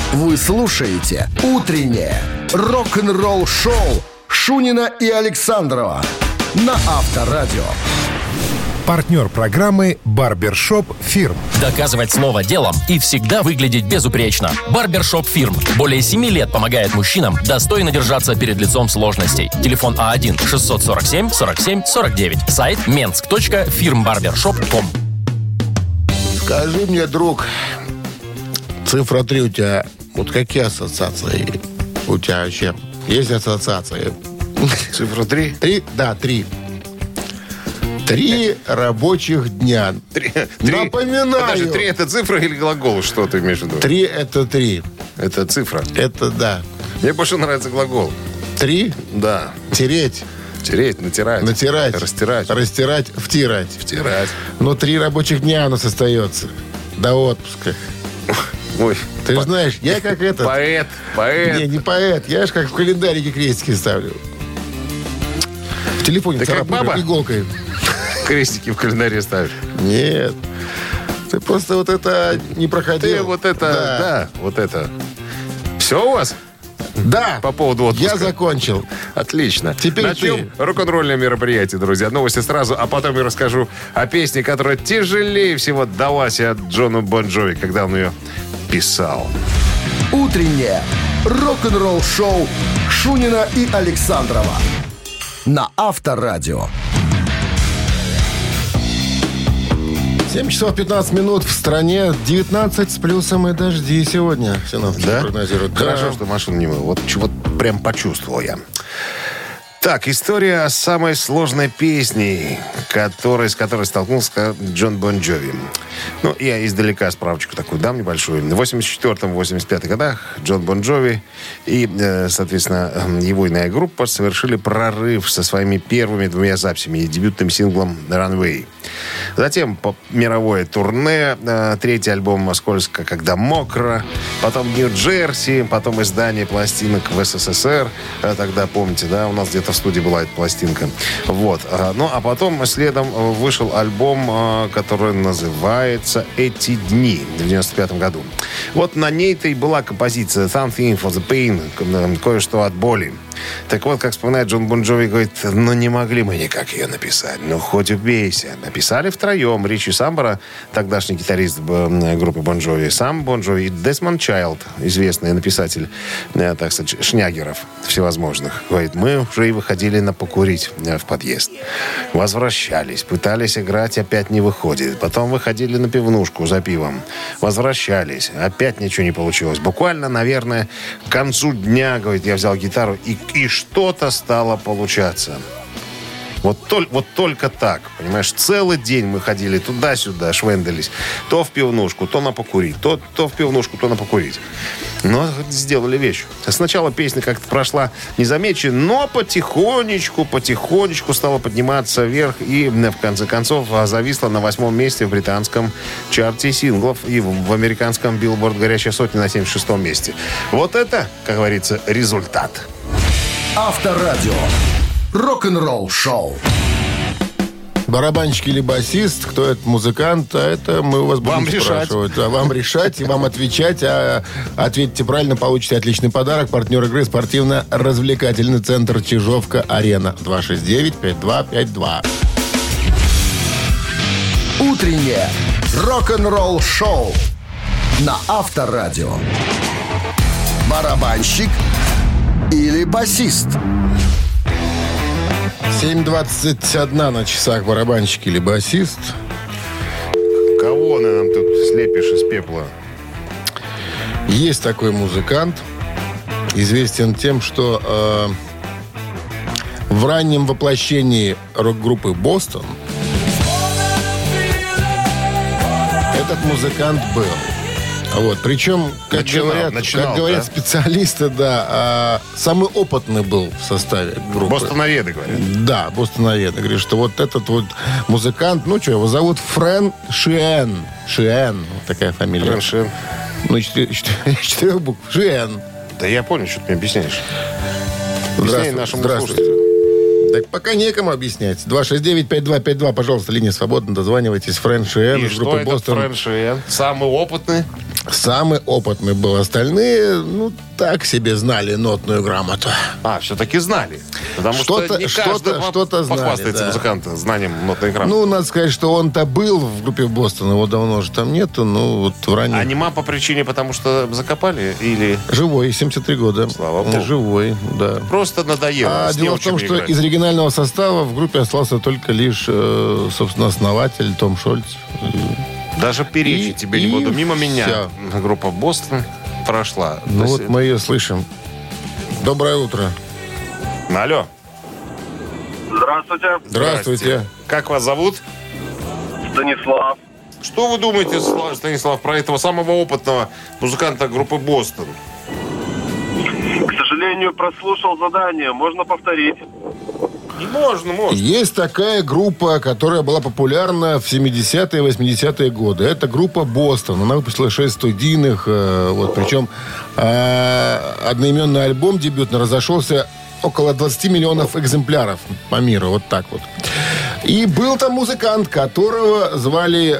Вы слушаете «Утреннее рок-н-ролл-шоу» Шунина и Александрова на Авторадио. Партнер программы «Барбершоп Фирм». Доказывать слово делом и всегда выглядеть безупречно. «Барбершоп Фирм» более 7 лет помогает мужчинам достойно держаться перед лицом сложностей. Телефон А1-647-47-49. Сайт mensk.firmbarbershop.com. Скажи мне, друг, цифра 3 у тебя, вот какие ассоциации у тебя вообще? Есть ассоциации? Цифра 3? 3? Да, 3. 3 рабочих дня. Напоминаю. Подожди, 3 это цифра или глагол? Что ты имеешь в виду? 3 это 3. Это цифра? Это да. Мне больше нравится глагол. 3? Да. Тереть. Тереть, натирать. Натирать. Растирать. Растирать, втирать. Втирать. Но 3 рабочих дня у нас остается. До отпуска. Ой. Ты же знаешь, я как этот... Поэт. Не поэт. Я же как в календарике крестики ставлю. В телефоне царапаю иголкой. Крестики в календаре ставишь? Нет. Ты просто вот это не проходил. Ты вот это, да, вот это. Все у вас? Да. По поводу отпуска? Я закончил. Отлично. Теперь начнем рок-н-ролльное мероприятие, друзья. Новости сразу, а потом я расскажу о песне, которая тяжелее всего далась от Джону Бон Джови, когда он ее писал. Утреннее рок-н-ролл-шоу Шунина и Александрова на Авторадио. 7 часов 15 минут в стране, 19 с плюсом и дожди сегодня. Синоптики прогнозируют. Хорошо, что машину не мыл. Вот прям почувствовал я. Так, история о самой сложной песне, с которой столкнулся Джон Бон Джови. Ну, я издалека справочку такую дам небольшую. В 84-85 годах Джон Бон Джови и, соответственно, его иная группа совершили прорыв со своими первыми 2 записями и дебютным синглом «Runway». Затем мировое турне, 3-й альбом «Скользко, когда мокро», потом «Нью-Джерси», потом издание пластинок в СССР. Тогда, помните, да, у нас где-то в студии была эта пластинка. Вот. Ну, а потом следом вышел альбом, который называется «Эти дни» в 95 году. Вот на ней-то и была композиция «Something for the Pain», «Кое-что от боли». Так вот, как вспоминает Джон Бон Джови, говорит, не могли мы никак ее написать. Хоть убейся. Написали втроем. Ричи Самбора, тогдашний гитарист группы Бон Джови, сам Бон Джови и Десмонд Чайлд, известный написатель, так сказать, шнягеров всевозможных. Говорит, мы уже и выходили на покурить в подъезд. Возвращались, пытались играть, опять не выходит. Потом выходили на пивнушку за пивом. Возвращались, опять ничего не получилось. Буквально, наверное, к концу дня, говорит, я взял гитару и что-то стало получаться. Вот только так, понимаешь, целый день мы ходили туда-сюда, швендались. То в пивнушку, то на покурить. То в пивнушку, то на покурить. Но сделали вещь. Сначала песня как-то прошла незамеченной, но потихонечку стала подниматься вверх и, в конце концов, зависла на 8-м месте в британском чарте синглов и в американском Billboard «Горячая сотня» на 76-м месте. Вот это, как говорится, результат. Авторадио. Рок-н-ролл шоу. Барабанщик или басист, кто это музыкант, а это мы у вас будем спрашивать. А вам решать и вам отвечать. А ответите правильно, получите отличный подарок. Партнер игры спортивно-развлекательный центр «Чижовка-Арена». 269-5252. Утреннее рок-н-ролл шоу на Авторадио. Барабанщик или басист? 7:21 на часах. Барабанщик или басист? Кого ты нам тут слепишь из пепла? Есть такой музыкант. Известен тем, что в раннем воплощении рок-группы «Бостон» этот музыкант был. Вот. Причем, как говорят специалисты, да, самый опытный был в составе группы. Бостоноведы, говорят. Да, бостоноведы. Говорят, что вот этот вот музыкант, его зовут Фрэн Шиэн. Шиэн, вот такая фамилия. Фрэн Шиэн. 4 букв. Шиэн. Да я понял, что ты мне объясняешь. Объясняй нашему слушателю. Так пока некому объяснять. 269-5252, пожалуйста, линия свободна, дозванивайтесь. Фрэн Шиэн из группы «Бостон». Фрэн Шиэн? Самый опытный? самый опытный был. Остальные, так себе знали нотную грамоту. Все-таки знали. Потому что не каждый похвастается музыкантом знанием нотной грамоты. Надо сказать, что он-то был в группе Бостон, его давно же там нету, в раннем... А нема по причине, потому что закопали? Или... Живой, 73 года. Слава богу. Живой, да. Просто надоело. Дело в том, что из оригинального состава в группе остался только лишь, собственно, основатель Том Шольц. Даже перечить тебе не буду. Мимо меня группа Бостон прошла. Мы ее слышим. Доброе утро. Алло. Здравствуйте. Как вас зовут? Станислав. Что вы думаете, Станислав, про этого самого опытного музыканта группы Бостон? К сожалению, прослушал задание. Можно повторить? Можно. Есть такая группа, которая была популярна в 70-е и 80-е годы. Это группа Бостон. Она выпустила 6 студийных. Причем одноименный альбом дебютный разошелся около 20 миллионов экземпляров по миру. Вот так вот. И был там музыкант, которого звали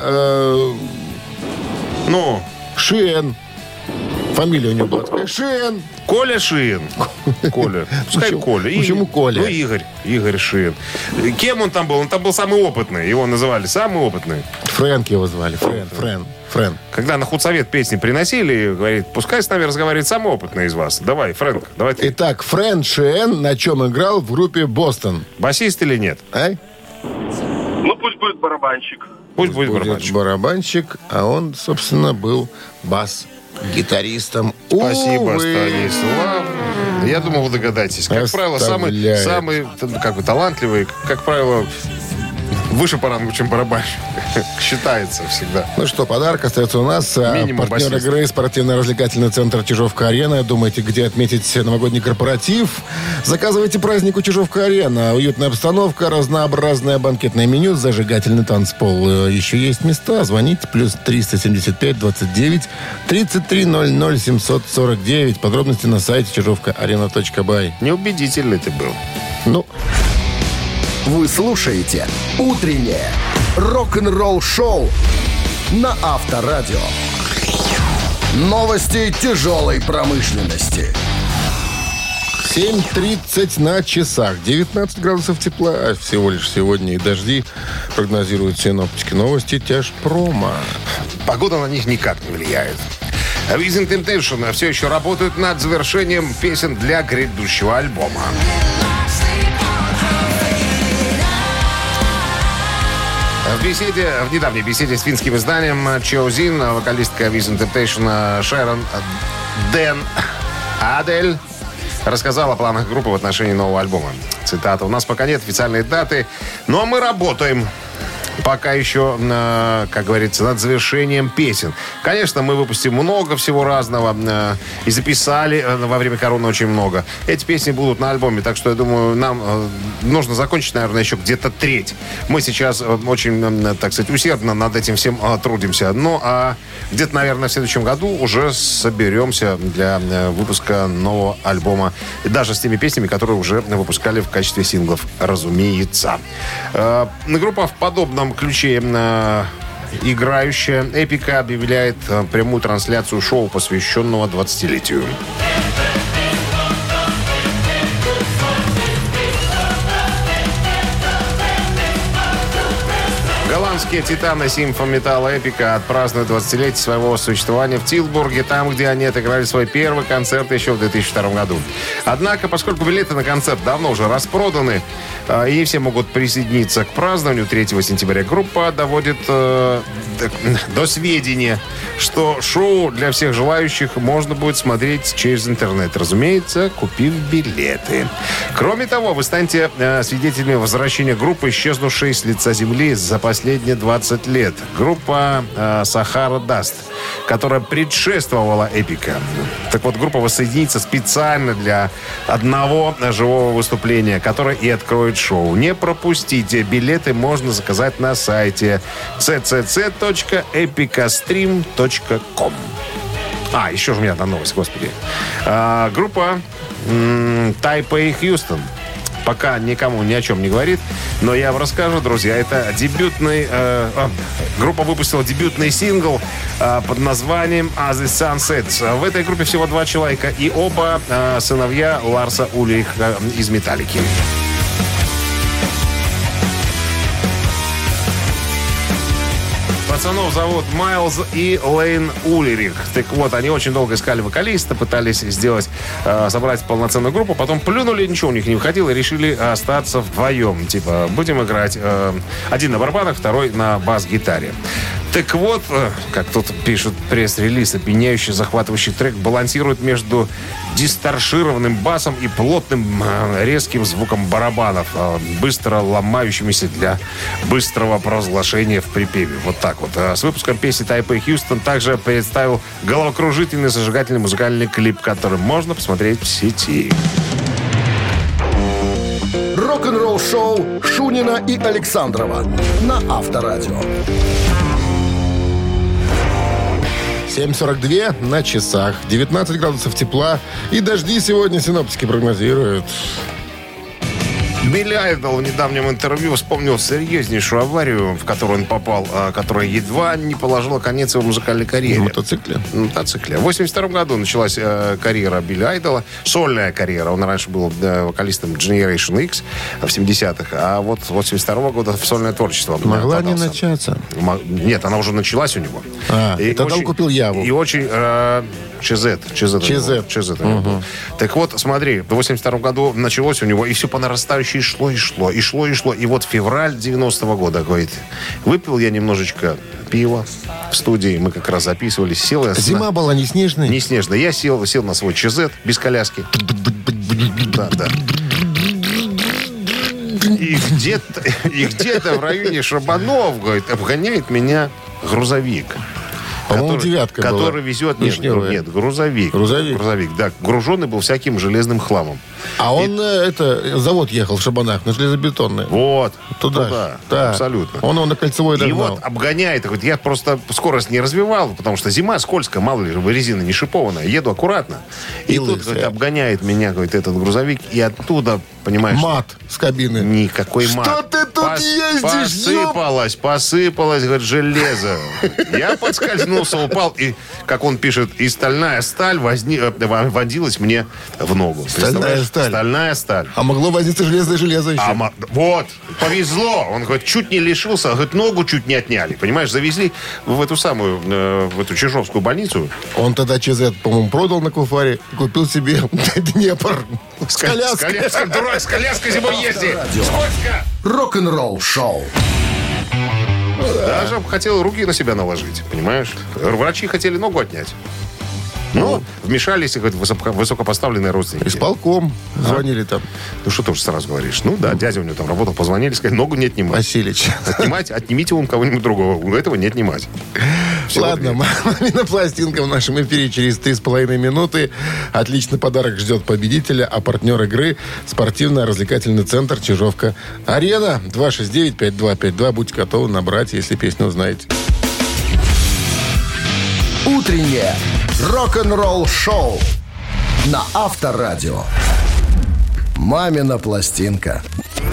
Шиэн. Фамилия у него была такая. Шиэн. Коля Шиэн. Коля. Пускай Коля. Почему Коля? Игорь Шиэн. Кем он там был? Он там был самый опытный. Его называли самый опытный. Фрэнк его звали. Фрэн. Когда на худсовет песни приносили, говорит, пускай с нами разговаривает самый опытный из вас. Давай, Фрэнк, давай ты. Итак, Фрэн Шиэн на чем играл в группе Бостон? Басист или нет? Пусть будет барабанщик. Пусть будет барабанщик, а он, собственно, был бас-гитаристом. Спасибо, Станислав. Я думал, вы догадаетесь. Как правило, самый талантливый, как правило, выше по рангу, чем барабанщик. Считается всегда. Подарок остается у нас. Партнер игры спортивно-развлекательный центр Чижовка-Арена. Думаете, где отметить новогодний корпоратив? Заказывайте праздник у Чижовка-Арена. Уютная обстановка, разнообразное банкетное меню, зажигательный танцпол. Еще есть места. Звоните. Плюс 375 29 33 00 749. Подробности на сайте чижовкаарена.бай. Неубедительный ты был. Вы слушаете «Утреннее рок-н-ролл-шоу» на Авторадио. Новости тяжелой промышленности. 7:30 на часах. 19 градусов тепла. Всего лишь сегодня и дожди. Прогнозируют синоптики. Новости тяжпрома. Погода на них никак не влияет. Within Temptation все еще работают над завершением песен для грядущего альбома. В недавней беседе с финским изданием Чоузин вокалистка Within Temptation Шэрон Дэн Адель рассказала о планах группы в отношении нового альбома. Цитата. «У нас пока нет официальной даты, но мы работаем. Пока еще, как говорится, над завершением песен. Конечно, мы выпустим много всего разного. И записали во время короны очень много. Эти песни будут на альбоме. Так что, я думаю, нам нужно закончить, наверное, еще где-то треть. Мы сейчас очень, так сказать, усердно над этим всем трудимся. А где-то, наверное, в следующем году уже соберемся для выпуска нового альбома. И даже с теми песнями, которые уже выпускали в качестве синглов, разумеется. Группа в подобном ключе играющая Эпика объявляет прямую трансляцию шоу, посвященного 20-летию. Голландские титаны симфометалла Эпика отпразднуют 20-летие своего существования в Тилбурге, там, где они отыграли свой первый концерт еще в 2002 году. Однако, поскольку билеты на концерт давно уже распроданы, и не все могут присоединиться к празднованию, 3 сентября группа доводит до сведения, что шоу для всех желающих можно будет смотреть через интернет, разумеется, купив билеты. Кроме того, вы станете свидетелями возвращения группы, исчезнувшей с лица земли за последние 20 лет. Группа Sahara Dust, которая предшествовала Эпика. Так вот, группа воссоединится специально для одного живого выступления, которое и откроет шоу. Не пропустите. Билеты можно заказать на сайте ccc.epicastream.com. Еще же у меня одна новость, господи. Группа Taipei Houston пока никому ни о чем не говорит. Но я вам расскажу, друзья, это дебютный... группа выпустила дебютный сингл под названием «As the Sun Sets». В этой группе всего 2 человека, и оба сыновья Ларса Ульриха из «Металлики». Пацанов зовут Майлз и Лейн Ульрих. Так вот, они очень долго искали вокалиста, пытались собрать полноценную группу, потом плюнули, ничего у них не выходило, и решили остаться вдвоем. Типа, будем играть один на барабанах, второй на бас-гитаре. Так вот, как тут пишут пресс-релиз, опьяняющий, захватывающий трек балансирует между дисторшированным басом и плотным резким звуком барабанов, быстро ломающимися для быстрого провозглашения в припеве. Вот так вот. С выпуском песни Тайпей Хьюстон также представил головокружительный зажигательный музыкальный клип, который можно посмотреть в сети. Рок-н-ролл шоу Шунина и Александрова на Авторадио. 7:42 на часах. 19 градусов тепла. И дожди сегодня синоптики прогнозируют. Билли Айдол в недавнем интервью вспомнил серьезнейшую аварию, в которую он попал, которая едва не положила конец его музыкальной карьере. На мотоцикле? На мотоцикле. В 1982 году началась карьера Билли Айдола, сольная карьера. Он раньше был вокалистом Generation X в 70-х, а вот с 1982 года в сольное творчество. Могла не начаться? Нет, она уже началась у него. И тогда он купил Яву. И очень... ЧЗ. Угу. Так вот, смотри, в 82 году началось у него, и все по нарастающей шло. И вот февраль 90-го года, говорит, выпил я немножечко пива в студии, мы как раз записывались, сел я... Зима была не снежная? Не снежная. Я сел на свой ЧЗ без коляски. Да. И где-то в районе Шабанов, говорит, обгоняет меня грузовик. По-моему, девятка была. Который везет... Нет, грузовик. Грузовик, да. Груженный был всяким железным хламом. А он, завод ехал в Шабанах, на железобетонный. Вот. Туда. Да. Абсолютно. Он на Кольцевой догнал. И вот обгоняет. Говорит, я просто скорость не развивал, потому что зима скользкая, мало ли, резина не шипованная. Еду аккуратно. И тут, говорит, обгоняет меня, говорит, этот грузовик. И оттуда, понимаешь... Мат с кабины. Никакой мат. Что ты тут ездишь? Посыпалось, говорит, железо. Я подскользнулся, упал. И, как он пишет, и стальная сталь вонзилась мне в ногу. Стальная сталь. А могло возиться железное железо еще. Вот, повезло. Он, говорит, чуть не лишился, говорит, ногу чуть не отняли. Понимаешь, завезли в эту самую, в эту Чижовскую больницу. Он тогда ЧЗ, по-моему, продал на Куфаре, купил себе Днепр. С коляской. Дурак, с коляской зимой езди. Сколько? Рок-н-ролл шоу. Даже хотел руки на себя наложить, понимаешь? Врачи хотели ногу отнять. Ну, вмешались, говорит, высокопоставленные родственники. Исполком звонили там. Ну, что ты уже сразу говоришь? Ну, да, дядя у него там работал, позвонили, сказали, ногу не отнимать. Василич. Отнимите у кого-нибудь другого. У этого не отнимать. Ладно, «Мамина пластинка» в нашем эфире через 3,5 минуты. Отличный подарок ждет победителя, а партнер игры – спортивно-развлекательный центр «Чижовка-Арена». 269-5252. Будьте готовы набрать, если песню узнаете. Утреннее рок-н-ролл шоу на Авторадио. «Мамина пластинка».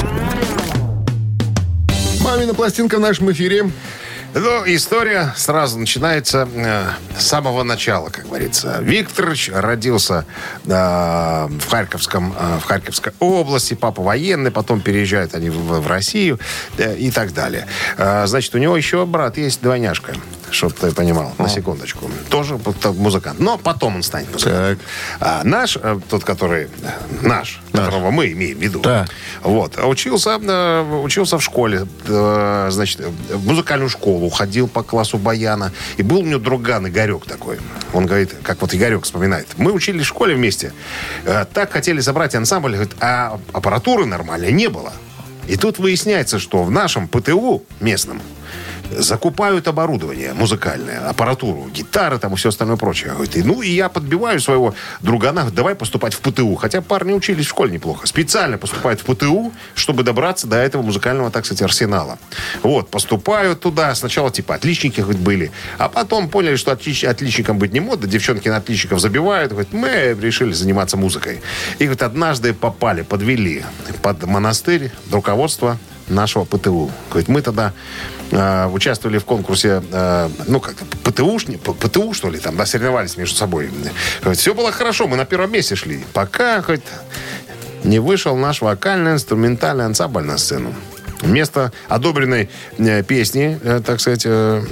«Мамина пластинка» в нашем эфире. Ну, история сразу начинается с самого начала, как говорится. Викторович родился в Харьковской области. Папа военный, потом переезжают они в Россию и так далее. Значит, у него еще брат есть, двойняшка. Чтоб ты понимал, на секундочку. Тоже музыкант. Но потом он станет музыкантом. А наш, тот, который... которого мы имеем в виду. Да. Вот. Учился в школе. Значит, в музыкальную школу. Ходил по классу баяна. И был у него друган Игорек такой. Он говорит, как вот Игорек вспоминает. Мы учились в школе вместе. Так хотели собрать ансамбль. Говорит, а аппаратуры нормальной не было. И тут выясняется, что в нашем ПТУ местном закупают оборудование музыкальное, аппаратуру, гитары там и все остальное прочее. Говорит, и я подбиваю своего другана, давай поступать в ПТУ. Хотя парни учились в школе неплохо. Специально поступают в ПТУ, чтобы добраться до этого музыкального, так сказать, арсенала. Вот, поступают туда. Сначала типа отличники хоть были, а потом поняли, что отличникам быть не модно. Девчонки на отличников забивают. Говорит, мы решили заниматься музыкой. И, говорит, однажды подвели под монастырь руководство нашего ПТУ. Говорит, мы тогда участвовали в конкурсе, ПТУ, что ли, там, да, соревновались между собой. Говорит, все было хорошо, мы на первом месте шли. Пока, говорит, не вышел наш вокально-инструментальный ансамбль на сцену. Вместо одобренной песни, так сказать,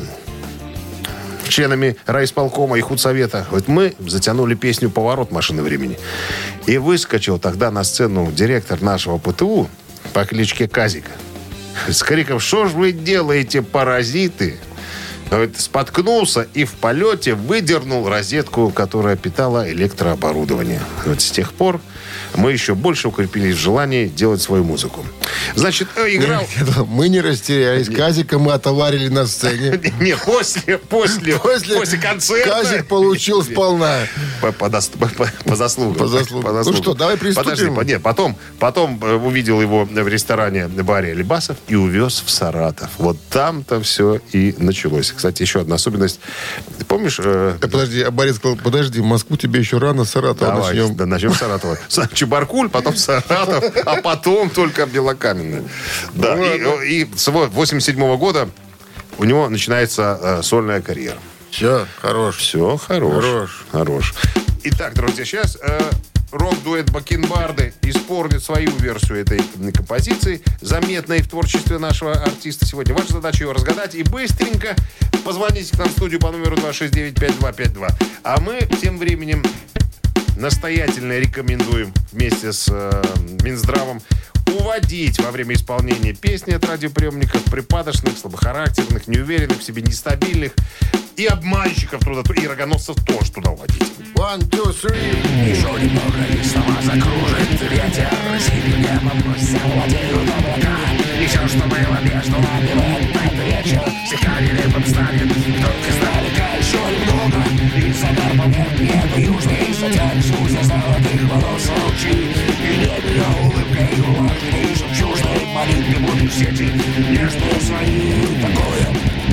членами райисполкома и худсовета, вот мы затянули песню «Поворот машины времени». И выскочил тогда на сцену директор нашего ПТУ по кличке Казик с криком: «Что ж вы делаете, паразиты?» Вот, споткнулся и в полете выдернул розетку, которая питала электрооборудование. Вот с тех пор мы еще больше укрепились в желании делать свою музыку. Значит, играл... Мы не растерялись. Казика мы отоварили на сцене. Нет, после концерта. Казик получил сполна. По заслугам. Ну что, давай приступим. Подожди, нет, потом увидел его в ресторане «Барри Алибасов» и увез в Саратов. Вот там-то все и началось. Кстати, еще одна особенность. Ты помнишь... Подожди, а Борис сказал, подожди, в Москву тебе еще рано, Саратова начнем. Да, начнем с Саратова. Чебаркуль, потом Саратов, а потом только Белокаменная. Да, и с 87 года у него начинается сольная карьера. Все, хорош. Все, хорош. Итак, друзья, сейчас рок-дуэт Бакенбарды исполнит свою версию этой композиции, заметной в творчестве нашего артиста сегодня. Ваша задача ее разгадать и быстренько позвоните к нам в студию по номеру 269-5252. А мы тем временем настоятельно рекомендуем вместе с Минздравом уводить во время исполнения песни от радиоприемников припадочных, слабохарактерных, неуверенных в себе, нестабильных и обманщиков, и рогоносцев тоже туда уводить. 1, 2, 3. Еще немного, и снова закружит ветер. Синим небом пусть завладеют облака. И все, что было между нами в этот вечер, секарелем станет только издалека еще немного. И за дармом нет южный сатян, Сузя золотых волос лучи. И небо улыбкой влажной, жемчужной молитвы будут в сети. Нежные свои такое.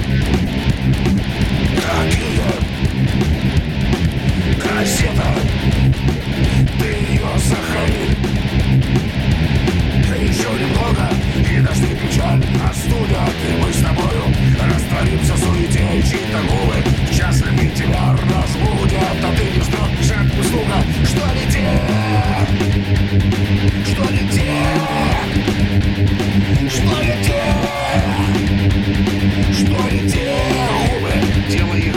Какие кассета, ты ее сохрани. Еще немного, и достиг печаль, остудят, и мы с тобою растворимся в суете, чьи-то губы счастливы тебя разбудят, а ты не вздрогнешь от услуга, что не те, что не те, что не те, что не те губы, делай их.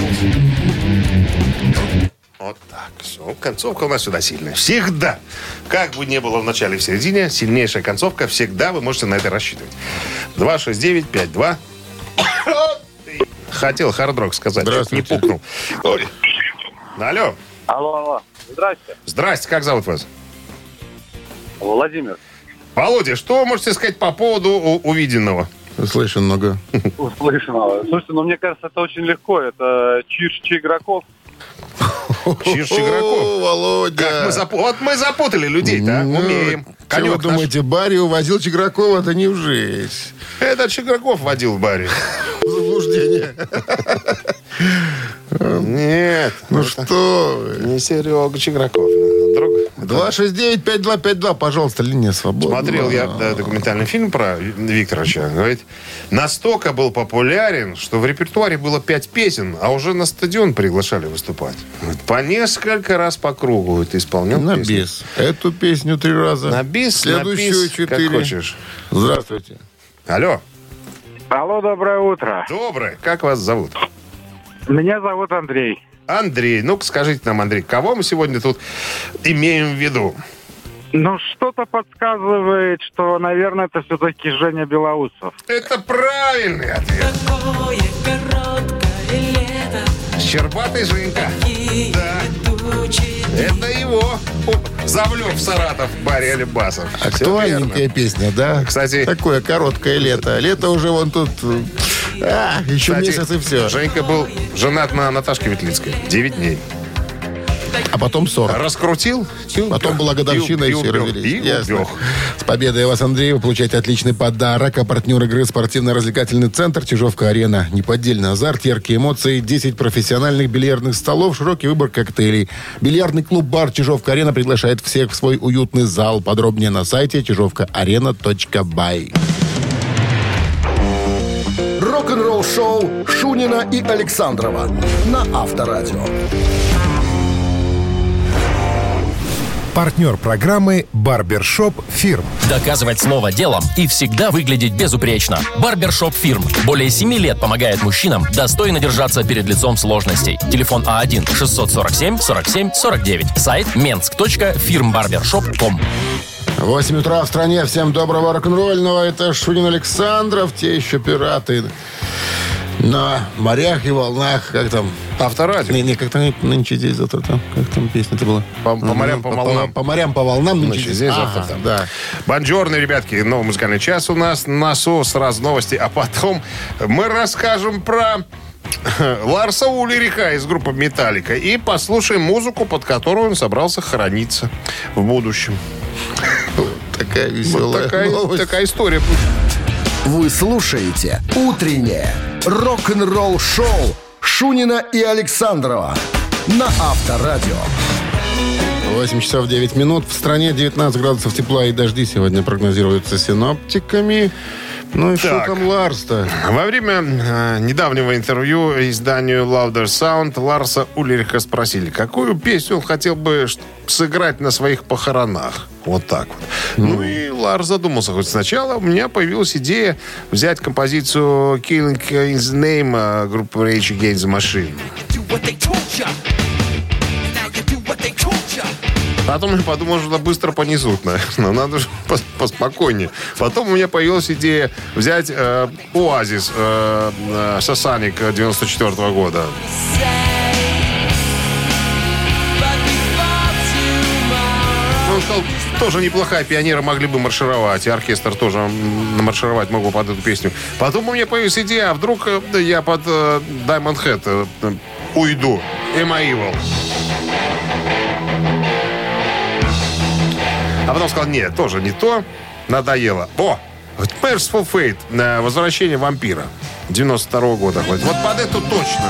Вот так. Все. Концовка у нас сюда сильная. Всегда. Как бы ни было в начале и в середине, сильнейшая концовка. Всегда вы можете на это рассчитывать. 269-52. Хотел хард-рок сказать. Не пукнул. Ой. Алло. Алло. Здрасте. Здрасте. Как зовут вас? Владимир. Володя, что вы можете сказать по поводу увиденного? Слышен много. Услышанного. Слушайте, мне кажется, это очень легко. Это Чирч игроков. Чирч игроков. Володя. Вот мы запутали людей, да? Умеем. Что вы думаете, Барри увозил Чигракова? Да не в жизнь. Это Чиграков водил Барри. Заблуждение. Нет. Ну что вы. Не Серега Чиграков. 269-5252, пожалуйста, линия свободна. Смотрел я документальный фильм про Викторовича. Говорит, настолько был популярен, что в репертуаре было 5 песен, а уже на стадион приглашали выступать. По несколько раз по кругу это исполнял. На бис. Эту песню 3 раза. На бис, следующую 4. Как хочешь. Здравствуйте. Алло. Алло, доброе утро. Доброе. Как вас зовут? Меня зовут Андрей. Андрей, ну-ка скажите нам, Андрей, кого мы сегодня тут имеем в виду? Ну, что-то подсказывает, что, наверное, это все-таки Женя Белоусов. Это правильный ответ. Такое короткое лето. Щербатый Женька. Да. Это его завлек в Саратов Барри Алибасов. Актуальненькая песня, да? Кстати, такое короткое лето. Лето уже вон тут... еще кстати, месяц и все. Женька был женат на Наташке Ветлицкой. 9 дней. А потом 40. Раскрутил. Потом была годовщина, и все развелись. С победой вас, Андрей. Вы получаете отличный подарок. А партнер игры — спортивно-развлекательный центр «Чижовка-арена». Неподдельный азарт, яркие эмоции, 10 профессиональных бильярдных столов, широкий выбор коктейлей. Бильярдный клуб-бар «Чижовка-арена» приглашает всех в свой уютный зал. Подробнее на сайте чижовкаарена.бай. Рок-н-ролл-шоу Шунина и Александрова на Авторадио. Партнер программы «Барбершоп Фирм». Доказывать слово делом и всегда выглядеть безупречно. Барбершоп Фирм. Более 7 лет помогает мужчинам достойно держаться перед лицом сложностей. Телефон А1-647-47-49. Сайт mensk.firmbarbershop.com. 8 утра в стране. Всем доброго рок-н-ролльного. Это Шунин Александров, те еще пираты. На морях и волнах, как там? Авторадио. Не, как там нынче здесь, завтра там. Как там песня-то была? По морям, по волнам. По морям, по волнам. Нынче здесь, завтра там. Да. Бонжорно, ребятки. Новый музыкальный час у нас. Насос, сразу новости. А потом мы расскажем про Ларса Уллириха из группы «Металлика». И послушаем музыку, под которую он собрался хорониться в будущем. Такая веселая новость. Такая история. Вы слушаете «Утреннее рок-н-ролл-шоу» Шунина и Александрова на Авторадио. 8 часов 9 минут. В стране 19 градусов тепла и дожди сегодня прогнозируются синоптиками. Ну и что там Ларс-то? Во время недавнего интервью изданию Louder Sound Ларса Уллириха спросили, какую песню он хотел бы сыграть на своих похоронах. Вот так вот. Ну и Ларс задумался. Хоть сначала у меня появилась идея взять композицию Killing in the Name группы Rage Against the Machine. Потом я подумал, что быстро понесут, наверное. Надо же поспокойнее. Потом у меня появилась идея взять «Оазис» «Сасаник» 94 года. Он сказал, тоже неплохая, пионеры могли бы маршировать, и оркестр тоже маршировать могу под эту песню. Потом у меня появилась идея, а вдруг я под Diamond Head уйду. Am I Evil? А потом сказал, нет, тоже не то, надоело. О, Merciful Fate, возвращение вампира 92 года. Вот под эту точно.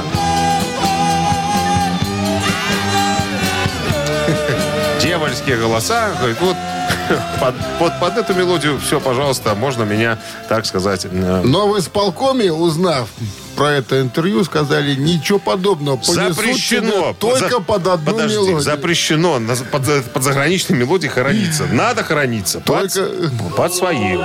Дьявольские голоса. Говорит, вот под эту мелодию все, пожалуйста, можно меня, так сказать... Но в исполкоме, узнав про это интервью, сказали, ничего подобного. Запрещено. Только под одну мелодию. Запрещено под заграничной мелодией хорониться. Надо хорониться. Только под своим.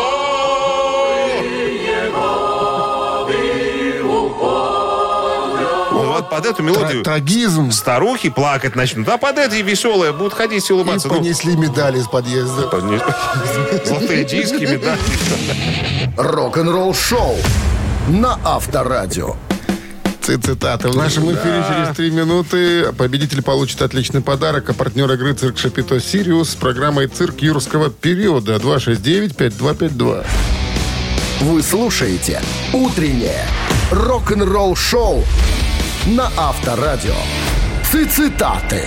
Вот под эту мелодию трагизм. Старухи плакать начнут. А под этой веселые будут ходить и улыбаться. И понесли медали из подъезда. Золотые диски, медали. Рок-н-ролл-шоу на Авторадио. Цитаты. В нашем эфире через 3 минуты победитель получит отличный подарок. А партнер игры «Цирк Шапито Сириус» с программой «Цирк юрского периода» 269-5252. Вы слушаете «Утреннее рок-н-ролл-шоу» на Авторадио. Цитаты.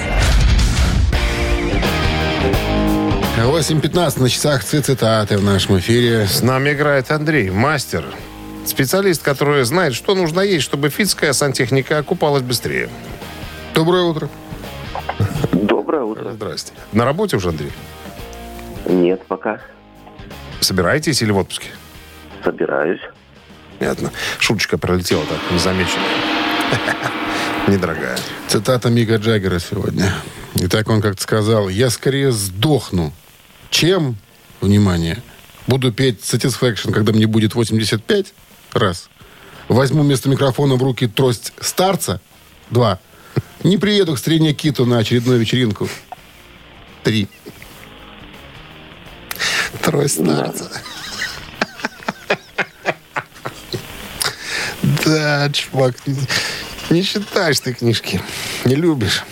8:15 на часах цитаты в нашем эфире. С нами играет Андрей, мастер. Специалист, который знает, что нужно есть, чтобы финская сантехника окупалась быстрее. Доброе утро. Доброе утро. Здрасте. На работе уже, Андрей? Нет, пока. Собираетесь или в отпуске? Собираюсь. Понятно. Шуточка пролетела так, незамеченно. Недорогая. Цитата Мика Джаггера сегодня. Итак, он как-то сказал, я скорее сдохну, чем, внимание, буду петь Satisfaction, когда мне будет 85, раз. Возьму вместо микрофона в руки трость старца, 2. Не приеду к Стрене Киту на очередную вечеринку, 3. Трость старца. Да, чувак, не читаешь ты книжки, не любишь.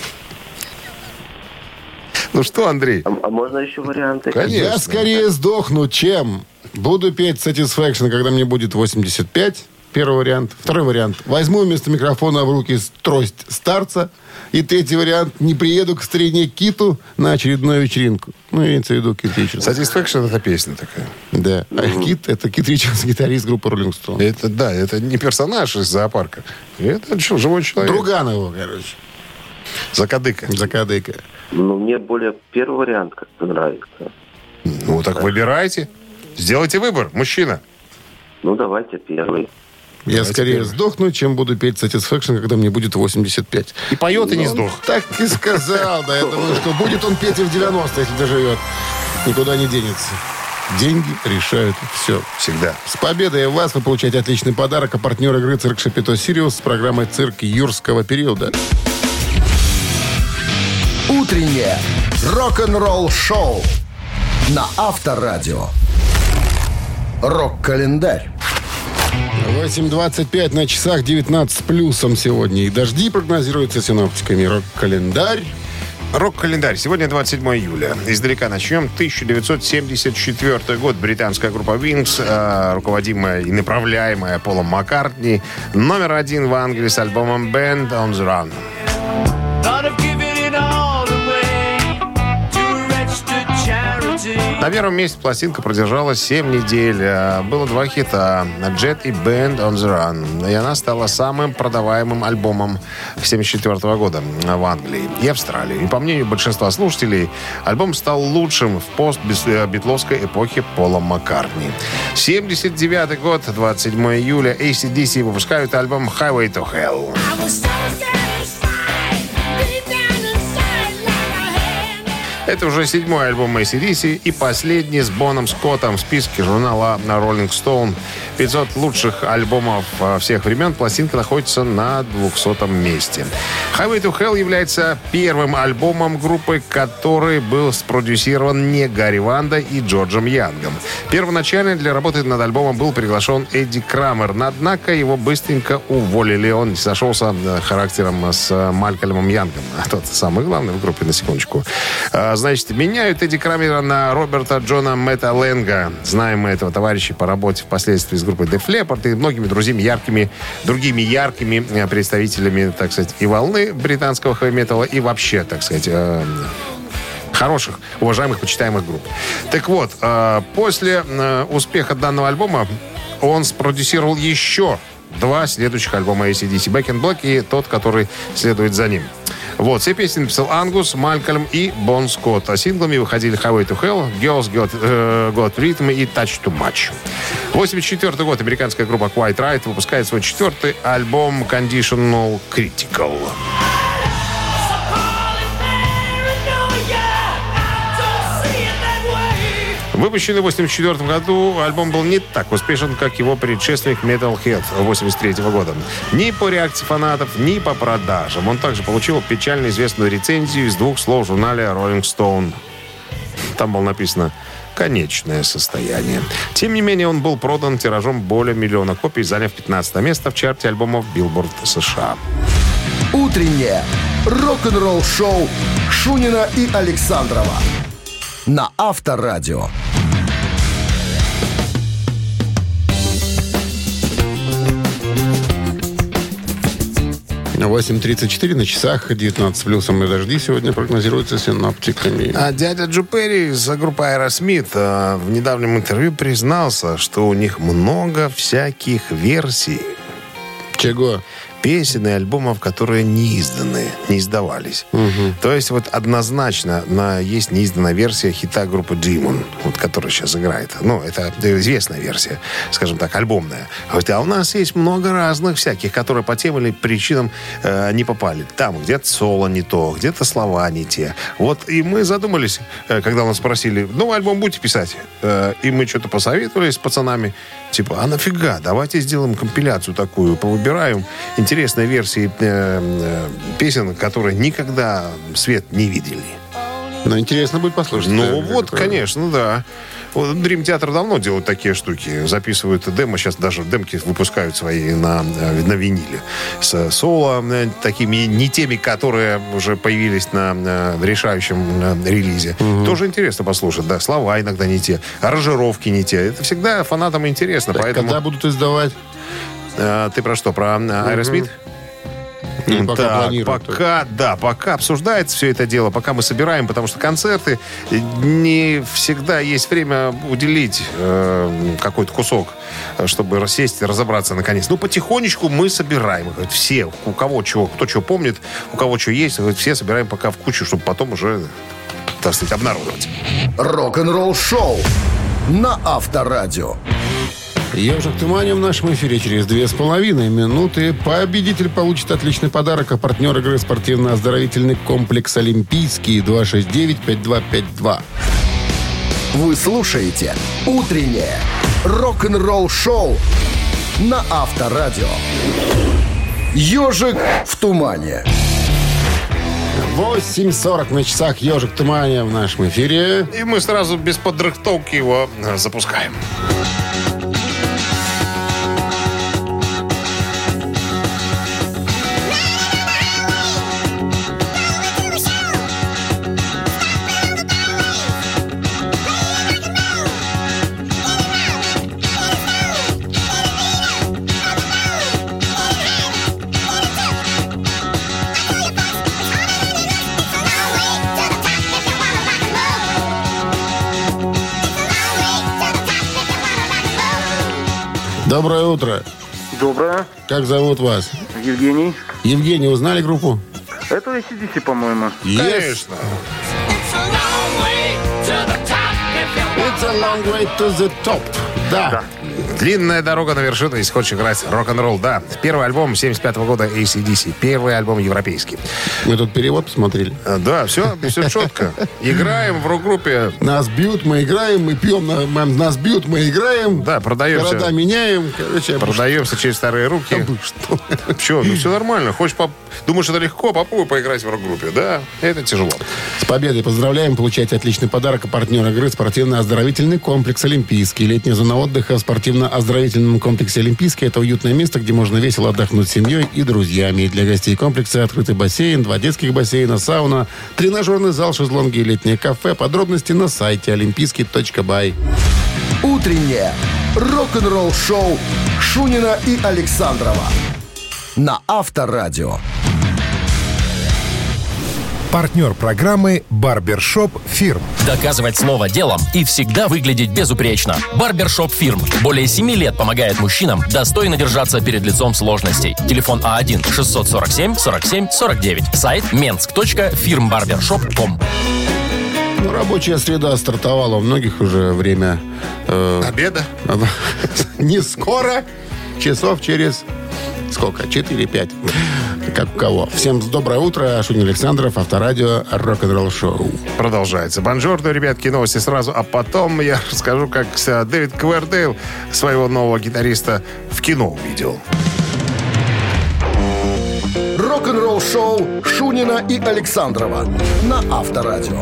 Ну что, Андрей? А можно еще варианты? Конечно. Я скорее сдохну, чем буду петь Satisfaction, когда мне будет 85. Первый вариант. Второй вариант. Возьму вместо микрофона в руки трость старца. И третий вариант. Не приеду к Стрене Киту на очередную вечеринку. Ну, имеется в виду Кит Ричардс. Satisfaction — это песня такая. Да. А Кит — это Кит Ричардс, гитарист группы Rolling Stone. Это, да, это не персонаж из зоопарка. Это что, живой человек. Друган его, короче. Закадыка. Закадыка. Ну, мне более первый вариант как-то нравится. Ну, так выбирайте. Сделайте выбор, мужчина. Ну, давайте первый. Я скорее сдохну, чем буду петь Satisfaction, когда мне будет 85. И поет, и не сдох. Так и сказал, да. Я думаю, что будет он петь и в 90, если доживет. Никуда не денется. Деньги решают все. Всегда. С победой вас! Вы получаете отличный подарок. А партнер игры «Цирк Шапито Сириус» с программой «Цирк юрского периода». Утреннее рок-н-ролл-шоу на Авторадио. Рок-календарь. 8:25 на часах, 19 с плюсом сегодня. И дожди прогнозируются синоптиками. Рок-календарь. Рок-календарь. Сегодня 27 июля. Издалека начнем. 1974 год. Британская группа Wings, руководимая и направляемая Полом Маккартни, номер 1 в Англии с альбомом Band on the Run. На первом месте пластинка продержалась 7 недель. Было 2 хита «Jet» и «Band on the Run». И она стала самым продаваемым альбомом 1974 года в Англии и Австралии. И по мнению большинства слушателей, альбом стал лучшим в пост-битловской эпохе Пола Маккартни. 79 год, 27 июля, AC/DC выпускают альбом «Highway to Hell». Это уже 7-й альбом AC/DC и последний с Боном Скоттом в списке журнала Rolling Stone. 500 лучших альбомов всех времен. Пластинка находится на 200-м месте. Highway to Hell является первым альбомом группы, который был спродюсирован не Гарри Вандо и Джорджем Янгом. Первоначально для работы над альбомом был приглашен Эдди Крамер, однако его быстренько уволили. Он не сошелся характером с Малькольмом Янгом. Тот самый главный в группе, на секундочку. Значит, меняют Эдди Крамера на Роберта Джона Мэтта Лэнга. Знаем мы этого товарища по работе впоследствии с группой Def Leppard и многими другими яркими представителями, так сказать, и волны британского хэви-металла, и вообще, так сказать, хороших, уважаемых, почитаемых групп. Так вот, после успеха данного альбома он спродюсировал еще 2 следующих альбома AC/DC: Back in Black и тот, который следует за ним. Вот, все песни написал Ангус, Малькольм и Бон Скотт. А синглами выходили Highway to Hell, Girls Got Rhythm и Touch Too Much. 1984 год. Американская группа Quiet Riot выпускает свой 4-й альбом Conditional Critical. Выпущенный в 1984 году, альбом был не так успешен, как его предшественник Metalhead 1983 года. Ни по реакции фанатов, ни по продажам. Он также получил печально известную рецензию из 2 слов в журнале Rolling Stone. Там было написано «конечное состояние». Тем не менее, он был продан тиражом более 1 миллиона копий, заняв 15 место в чарте альбомов Billboard США. Утреннее рок-н-ролл-шоу Шунина и Александрова на Авторадио. 8:34 на часах, 19 с плюсом и дожди сегодня прогнозируются синоптиками. А дядя Джо Перри из группы Aerosmith в недавнем интервью признался, что у них много всяких версий. Чего? Песен и альбомов, которые не изданы, не издавались. Угу. То есть вот однозначно есть неизданная версия хита группы Demon, вот, которая сейчас играет. Ну, это известная версия, скажем так, альбомная. А у нас есть много разных всяких, которые по тем или причинам не попали. Там где-то соло не то, где-то слова не те. Вот и мы задумались, когда нас спросили, новый альбом будете писать? И мы что-то посоветовались с пацанами. Типа, а нафига? Давайте сделаем компиляцию такую, повыбираем интересные версии песен, которые никогда свет не видели. Ну, интересно будет послушать. Ну, вот, конечно, да. Вот Dream Theater давно делают такие штуки. Записывают демо. Сейчас даже демки выпускают свои на виниле. С соло, такими не теми, которые уже появились на решающем релизе. Угу. Тоже интересно послушать. Да, слова иногда не те, аранжировки не те. Это всегда фанатам интересно. Так, поэтому... Когда будут издавать? Ты про что? Про Aerosmith? Пока обсуждается все это дело, пока мы собираем, потому что концерты не всегда есть время уделить какой-то кусок, чтобы сесть и разобраться наконец. Ну, потихонечку мы собираем. Все, у кого чего, кто чего помнит, у кого что есть, все собираем пока в кучу, чтобы потом уже, так сказать, обнародовать. Рок-н-ролл шоу на Авторадио. Ежик в тумане в нашем эфире через 2,5 минуты. Победитель получит отличный подарок, а партнер игры спортивно-оздоровительный комплекс «Олимпийский» 269-5252. Вы слушаете «Утреннее рок-н-ролл-шоу» на Авторадио. «Ежик в тумане». 8:40 на часах. «Ежик в тумане» в нашем эфире. И мы сразу без подрыхтовки его запускаем. Доброе утро. Доброе. Как зовут вас? Евгений. Евгений, узнали группу? Это AC/DC, по-моему. Конечно. It's a long way to the top. Да. Длинная дорога на вершину, если хочешь играть рок-н-ролл. Да, первый альбом 75-го года AC/DC. Первый альбом европейский. Мы тут перевод посмотрели. Да, все четко. Играем в рок-группе. Нас бьют, мы играем, мы пьем, нас бьют, мы играем. Да, продаемся. Города меняем. Короче, продаемся через старые руки. Что? Ну все нормально. Хочешь, думаешь, это легко? Попробуй поиграть в рок-группе. Да, это тяжело. С победой поздравляем. Получайте отличный подарок. Партнер игры спортивно-оздоровительный комплекс «Олимпийский». Летняя зона отдыха в спортивно-оздоровительном комплексе «Олимпийский» — это уютное место, где можно весело отдохнуть с семьей и друзьями. Для гостей комплекса открытый бассейн, 2 детских бассейна, сауна, тренажерный зал, шезлонги и летнее кафе. Подробности на сайте олимпийский.бай. Утреннее рок-н-ролл-шоу Шунина и Александрова на Авторадио. Партнер программы «Барбершоп Фирм». Доказывать слово делом и всегда выглядеть безупречно. «Барбершоп Фирм» более 7 лет помогает мужчинам достойно держаться перед лицом сложностей. Телефон А1-647-47-49. Сайт mensk.firmbarbershop.com. Рабочая среда стартовала. У многих уже время... Обеда? Не скоро. Часов через... Сколько? 4-5. Как у кого. Всем доброе утро. Шунин Александров, Авторадио, рок-н-ролл шоу. Продолжается. Бонжорно, ребятки, новости сразу. А потом я расскажу, как Дэвид Ковердейл своего нового гитариста в кино увидел. Рок-н-ролл шоу Шунина и Александрова на Авторадио.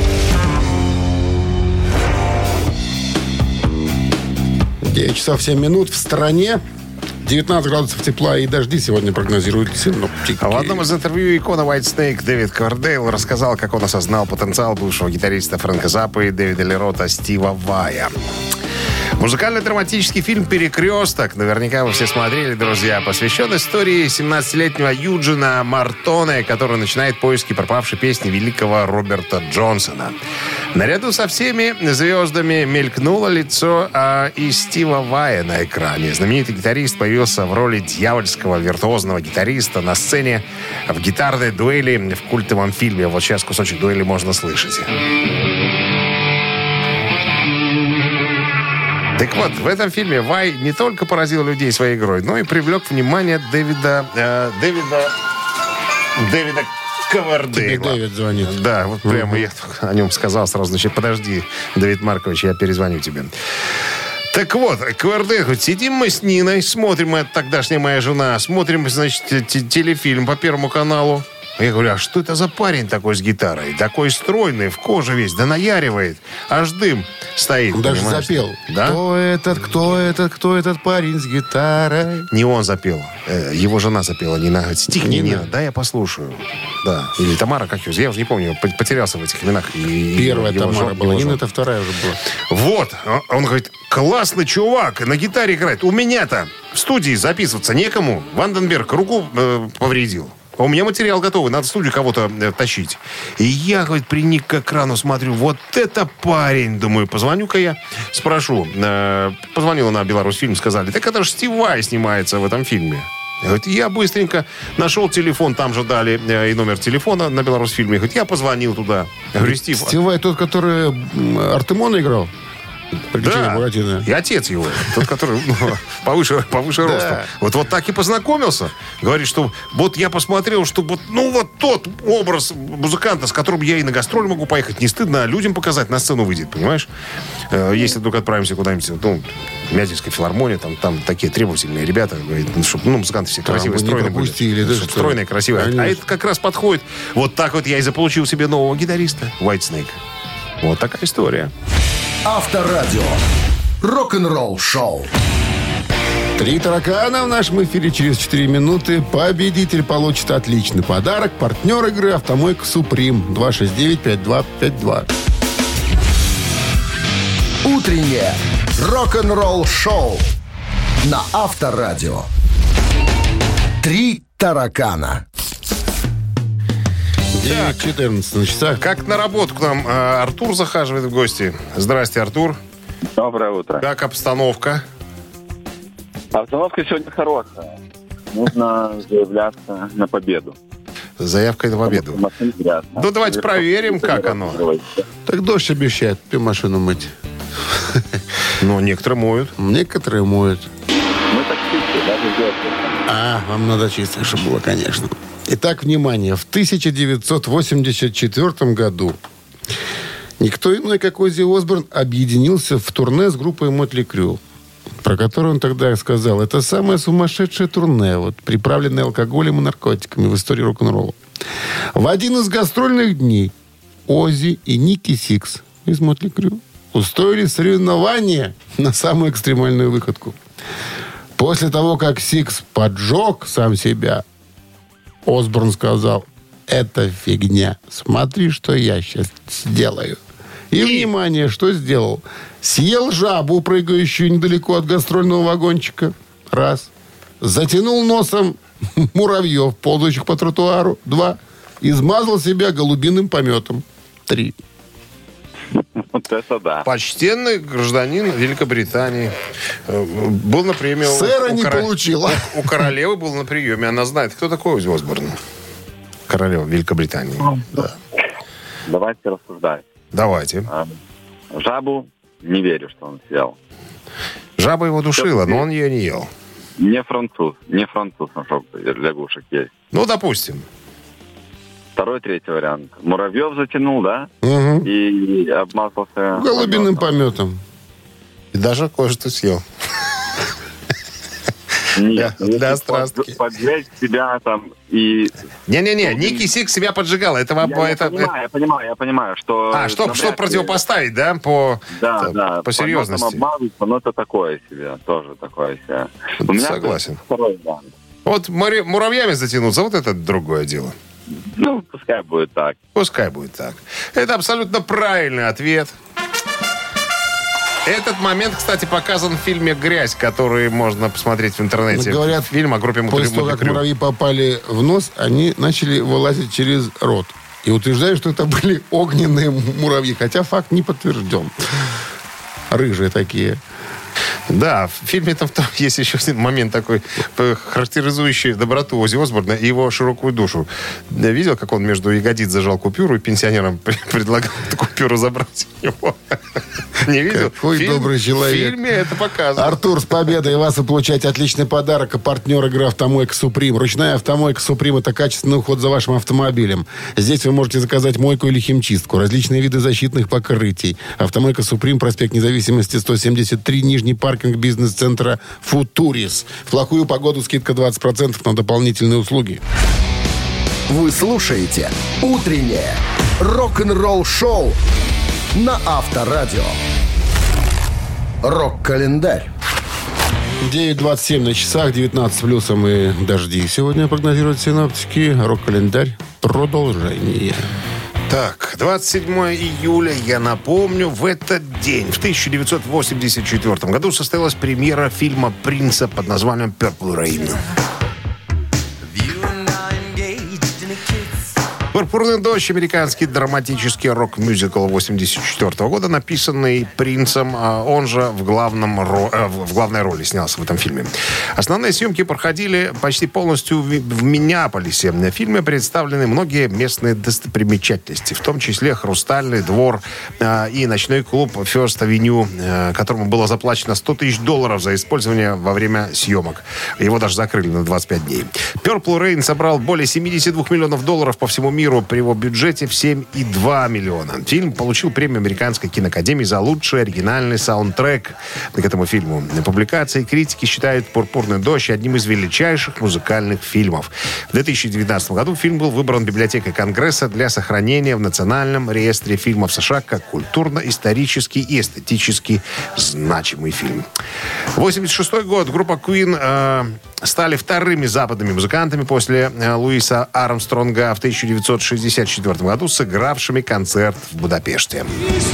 9 часов 7 минут в стране. 19 градусов тепла и дожди сегодня прогнозируют синоптики. А в одном из интервью икона White Snake Дэвид Ковердейл рассказал, как он осознал потенциал бывшего гитариста Фрэнка Заппа и Дэвида Ли Рота Стива Вая. Музыкально-драматический фильм «Перекресток», наверняка вы все смотрели, друзья, посвящен истории 17-летнего Юджина Мартоне, который начинает поиски пропавшей песни великого Роберта Джонсона. Наряду со всеми звездами мелькнуло лицо и Стива Вая на экране. Знаменитый гитарист появился в роли дьявольского виртуозного гитариста на сцене в гитарной дуэли в культовом фильме. Вот сейчас кусочек дуэли можно слышать. Так вот, в этом фильме Вай не только поразил людей своей игрой, но и привлек внимание Дэвида Ковердейла. Тебе Дэвид звонит. Да, вот прямо я о нем сказал сразу. Значит, подожди, Давид Маркович, я перезвоню тебе. Так вот, Ковердейл говорит, сидим мы с Ниной, смотрим, это тогдашняя моя жена, смотрим, значит, телефильм по Первому каналу. Я говорю, а что это за парень такой с гитарой? Такой стройный, в коже весь, да наяривает. Аж дым стоит. Он даже запел. Да? Кто этот парень с гитарой? Не он запел. Его жена запела. Нина говорит, стихни, Нина, да, я послушаю. Да. Или Тамара, как ее? Я уже не помню. Потерялся в этих именах. Первая Тамара была. Нина, это вторая уже была. Вот. Он говорит, классный чувак, на гитаре играет. У меня-то в студии записываться некому. Ванденберг руку повредил. А у меня материал готовый, надо в студию кого-то тащить. И я, говорит, приник к экрану, смотрю, вот это парень. Думаю, позвоню-ка я, спрошу. Позвонила на Беларусьфильм, сказали, так это же Стив Вай снимается в этом фильме. Я быстренько нашел телефон, там же дали и номер телефона на Беларусьфильме. Я позвонил туда. Я говорю, Стив Вай тот, который Артемона играл? «Приключения Да, Буратино». и отец его, тот, который повыше ростом. Вот так и познакомился. Говорит, что вот я посмотрел, что вот тот образ музыканта, с которым я и на гастроли могу поехать, не стыдно, а людям показать, на сцену выйдет, понимаешь? Если вдруг отправимся куда-нибудь, Мятинская филармония, там такие требовательные ребята, говорит, чтобы музыканты все красивые, стройные были. Стройные, красивые. Конечно. А это как раз подходит. Вот так вот я и заполучил себе нового гитариста, Whitesnake. Вот такая история. Авторадио. Рок-н-ролл шоу. 3 таракана в нашем эфире через 4 минуты. Победитель получит отличный подарок. Партнер игры «Автомойка Суприм». 269-5252. Утреннее рок-н-ролл шоу на Авторадио. 3 таракана. 9:14 на часах. Как на работу к нам Артур захаживает в гости. Здрасте, Артур. Доброе утро. Как обстановка? Обстановка сегодня хорошая. Нужно заявляться на победу. Заявкой на победу. Ну, давайте проверим, как оно. Так дождь обещает, ты машину мыть. Ну, некоторые моют. Некоторые моют. Мы так чистые, даже делать. Вам надо чисто, чтобы было, конечно. Итак, внимание. В 1984 году никто иной, как Оззи Осборн, объединился в турне с группой Мотли Крю, про которую он тогда сказал: это самое сумасшедшее турне, приправленное алкоголем и наркотиками в истории рок-н-ролла. В один из гастрольных дней Оззи и Ники Сикс из Мотли Крю устроили соревнование на самую экстремальную выходку. После того, как Сикс поджег сам себя, Осборн сказал: это фигня. Смотри, что я сейчас сделаю. И, внимание, что сделал? Съел жабу, прыгающую недалеко от гастрольного вагончика. Раз. Затянул носом муравьев, ползающих по тротуару. 2. Измазал себя голубиным пометом. 3. Вот это да. Почтенный гражданин Великобритании. Был на премии. Сэра не получила. У королевы был на приеме. Она знает, кто такой Оззи Осборн. Королева Великобритании. Да. Давайте рассуждать. Давайте. Жабу не верю, что он съел. Жаба его душила, но он ее не ел. Не француз нашел лягушек есть. Ну, допустим. 2, 3 вариант. Муравьев затянул, да? Угу. И обмазался голубиным пометом. И даже кое-что съел. Нет, для страстки. Поджечь себя там и... Не-не-не, Ники Сикс себя поджигала. Я понимаю, что... Что противопоставить, да? По серьезности. Обмазаться, но это такое себе, тоже такое себе. Согласен. Вот муравьями затянуться, вот это другое дело. Ну, пускай будет так. Пускай будет так. Это абсолютно правильный ответ. Этот момент, кстати, показан в фильме «Грязь», который можно посмотреть в интернете. Говорят, фильм о группе Мотли Крю. После того, как муравьи попали в нос, они начали вылазить через рот. И утверждают, что это были огненные муравьи. Хотя факт не подтвержден. Рыжие такие. Да, в фильме там есть еще один момент такой, характеризующий доброту Оззи Осборна и его широкую душу. Я видел, как он между ягодиц зажал купюру и пенсионерам предлагал эту купюру забрать у него? Не видел? Какой добрый человек. В фильме это показано. Артур, с победой вас! Вы получаете отличный подарок. А партнер игры «Автомойка Суприм». Ручная «Автомойка Суприм» — это качественный уход за вашим автомобилем. Здесь вы можете заказать мойку или химчистку, различные виды защитных покрытий. «Автомойка Суприм», проспект Независимости, 173, Нижний паркинг бизнес-центра «Футурис». В плохую погоду скидка 20% на дополнительные услуги. Вы слушаете «Утреннее рок-н-ролл-шоу» на Авторадио. Рок-календарь. 9:27 на часах, 19 плюсом и дожди. Сегодня прогнозируют синоптики. Рок-календарь. Продолжение. Так, 27 июля, я напомню, в этот день, в 1984 году, состоялась премьера фильма «Принца» под названием «Purple Rain». «Пурпурный дождь» — американский драматический рок-мюзикл 1984 года, написанный Принцем, он же в главной роли снялся в этом фильме. Основные съемки проходили почти полностью в Миннеаполисе. В фильме представлены многие местные достопримечательности, в том числе Хрустальный двор и ночной клуб First Avenue, которому было заплачено $100 тысяч за использование во время съемок. Его даже закрыли на 25 дней. Purple Rain собрал более $72 миллионов по всему миру при его бюджете в $7,2 миллиона. Фильм получил премию Американской киноакадемии за лучший оригинальный саундтрек к этому фильму. Публикации и критики считают «Пурпурный дождь» одним из величайших музыкальных фильмов. В 2019 году фильм был выбран Библиотекой Конгресса для сохранения в Национальном реестре фильмов США как культурно-исторический и эстетически значимый фильм. 1986 год. Группа Queen стали вторыми западными музыкантами после Луиса Армстронга в 1964 году, сыгравшими концерт в Будапеште.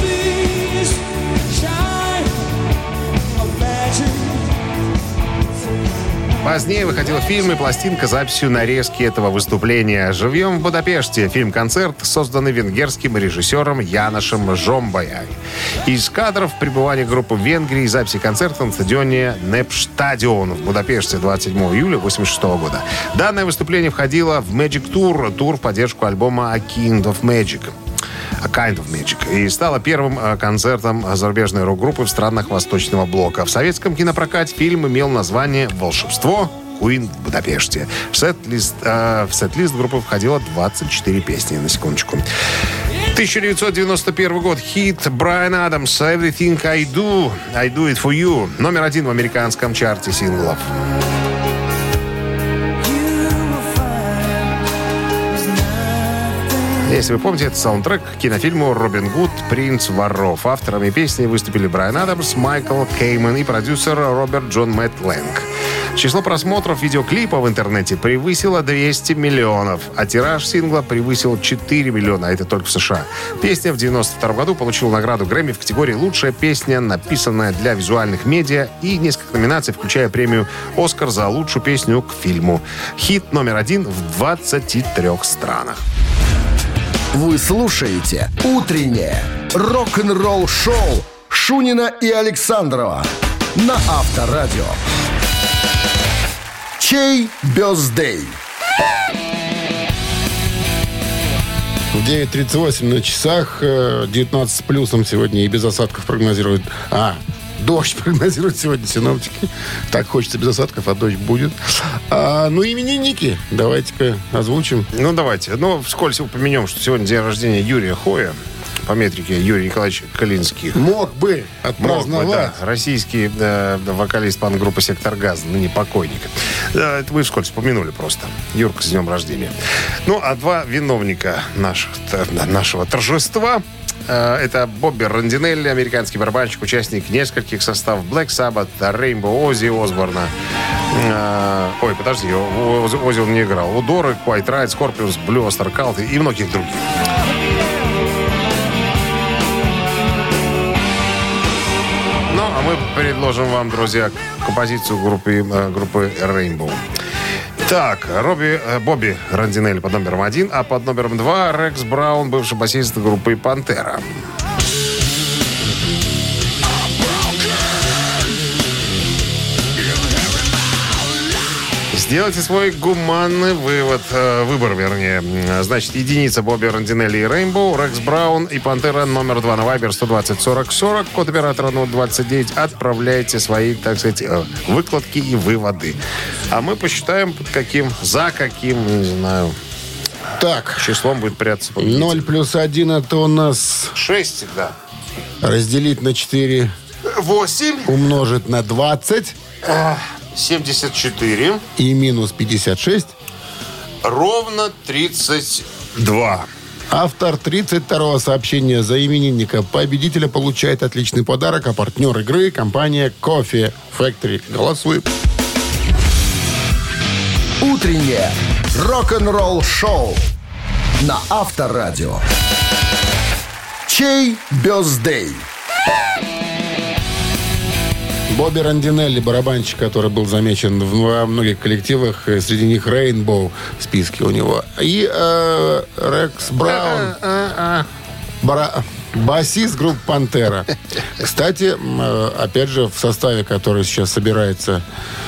Позднее выходил фильм и пластинка с записью нарезки этого выступления. «Живьем в Будапеште». Фильм-концерт, созданный венгерским режиссером Яношем Жомбаяй. Из кадров пребывания группы в Венгрии и записи концерта на стадионе Непстадион в Будапеште 27 июля 1986 года. Данное выступление входило в Magic Tour, тур в поддержку альбома A Kind of Magic, и стало первым концертом зарубежной рок-группы в странах Восточного блока. В советском кинопрокате фильм имел название «Волшебство. Queen в Будапеште». В сет-лист группы входило 24 песни, на секундочку. 1991 год. Хит Брайана Адамса «Everything I Do It For You». Номер 1 в американском чарте синглов. Если вы помните, это саундтрек к кинофильму «Робин Гуд. Принц воров». Авторами песни выступили Брайан Адамс, Майкл Кейман и продюсер Роберт Джон Мэтт Лэнг. Число просмотров видеоклипа в интернете превысило 200 миллионов, а тираж сингла превысил 4 миллиона, а это только в США. Песня в 1992 году получила награду Грэмми в категории «Лучшая песня, написанная для визуальных медиа» и несколько номинаций, включая премию «Оскар» за лучшую песню к фильму. Хит номер 1 в 23 странах. Вы слушаете «Утреннее рок-н-ролл-шоу» Шунина и Александрова на Авторадио. Чей бёздей? 9:38 на часах, 19 с плюсом сегодня и без осадков прогнозируют. Дождь прогнозируют сегодня синоптики. Так хочется без осадков, а дождь будет. Именинники. Давайте-ка озвучим. Давайте. Вскользь упомянем, что сегодня день рождения Юрия Хоя. По метрике Юрий Николаевич Калинский. Мог бы отпраздновать. Российский вокалист панк-группы «Сектор Газа», ныне покойник. Это мы вскользь упомянули просто. Юрка, с днем рождения. А два виновника нашего торжества. Это Бобби Рандинелли, американский барабанщик, участник нескольких составов Black Sabbath, Rainbow, Оззи Осборна. Оззи он не играл. У Доры, Quiet Riot, Scorpions, Blue Oyster Cult и многих других. А мы предложим вам, друзья, композицию группы Rainbow. Так, Бобби Рандинелли под номером 1, а под номером 2 Рекс Браун, бывший басист группы «Пантера». Сделайте свой гуманный выбор. Значит, единица Бобби Рандинелли и Rainbow, Рекс Браун и Пантера номер 2 на Viber 120-40-40, код оператора 029. Отправляйте свои, так сказать, выкладки и выводы. А мы посчитаем, за каким, не знаю, числом будет прятаться победитель. 0 плюс 1 это у нас 6 всегда. Разделить на 4. 8. Умножить на 20. 74. И минус 56. Ровно 32. Автор 32-го сообщения за именинника победителя получает отличный подарок, а партнер игры — компания Coffee Factory. Голосуем. Утреннее рок-н-ролл-шоу на Авторадио. Чей бёздей? Бобби Рандинелли, барабанщик, который был замечен во многих коллективах, среди них Rainbow в списке у него. И Рекс Браун, басист группы «Пантера». Кстати, опять же, в составе, который сейчас собирается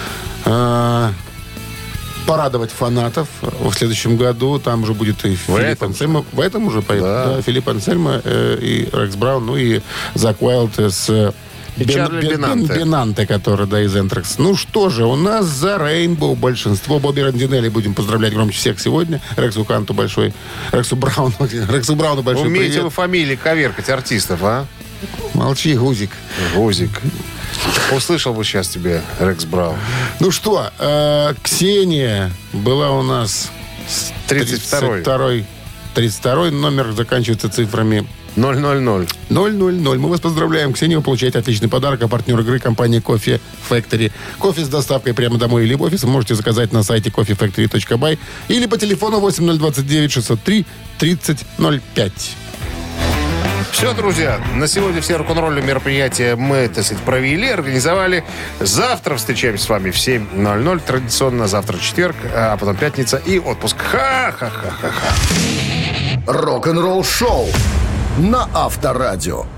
порадовать фанатов в следующем году, там уже будет и Филипп Ансельмо. В этом уже поедут. Да, Филипп Ансельмо и Рекс Браун, ну и Зак Уайлд с Бенанте, который, да, из Энтрекс. Ну что же, у нас за Рейнбоу большинство. Бобби Рандинелли будем поздравлять громче всех сегодня. Рексу Брауну большой привет. Умеете вы фамилии коверкать артистов, а? Молчи, Гузик. Услышал бы сейчас тебе Рекс Браун. Ну что, Ксения была у нас 32-й номер, заканчивается цифрами 000. Мы вас поздравляем, Ксения. Вы получаете отличный подарок. А партнер игры — компания Coffee Factory. Кофе с доставкой прямо домой или в офис вы можете заказать на сайте coffeefactory.by или по телефону 8029-603-3005. Все, друзья, на сегодня все рок-н-ролльные мероприятия мы, так сказать, провели, организовали. Завтра встречаемся с вами в 7:00. Традиционно завтра четверг, а потом пятница и отпуск. Ха-ха-ха-ха-ха. Рок-н-ролл шоу на Авторадио.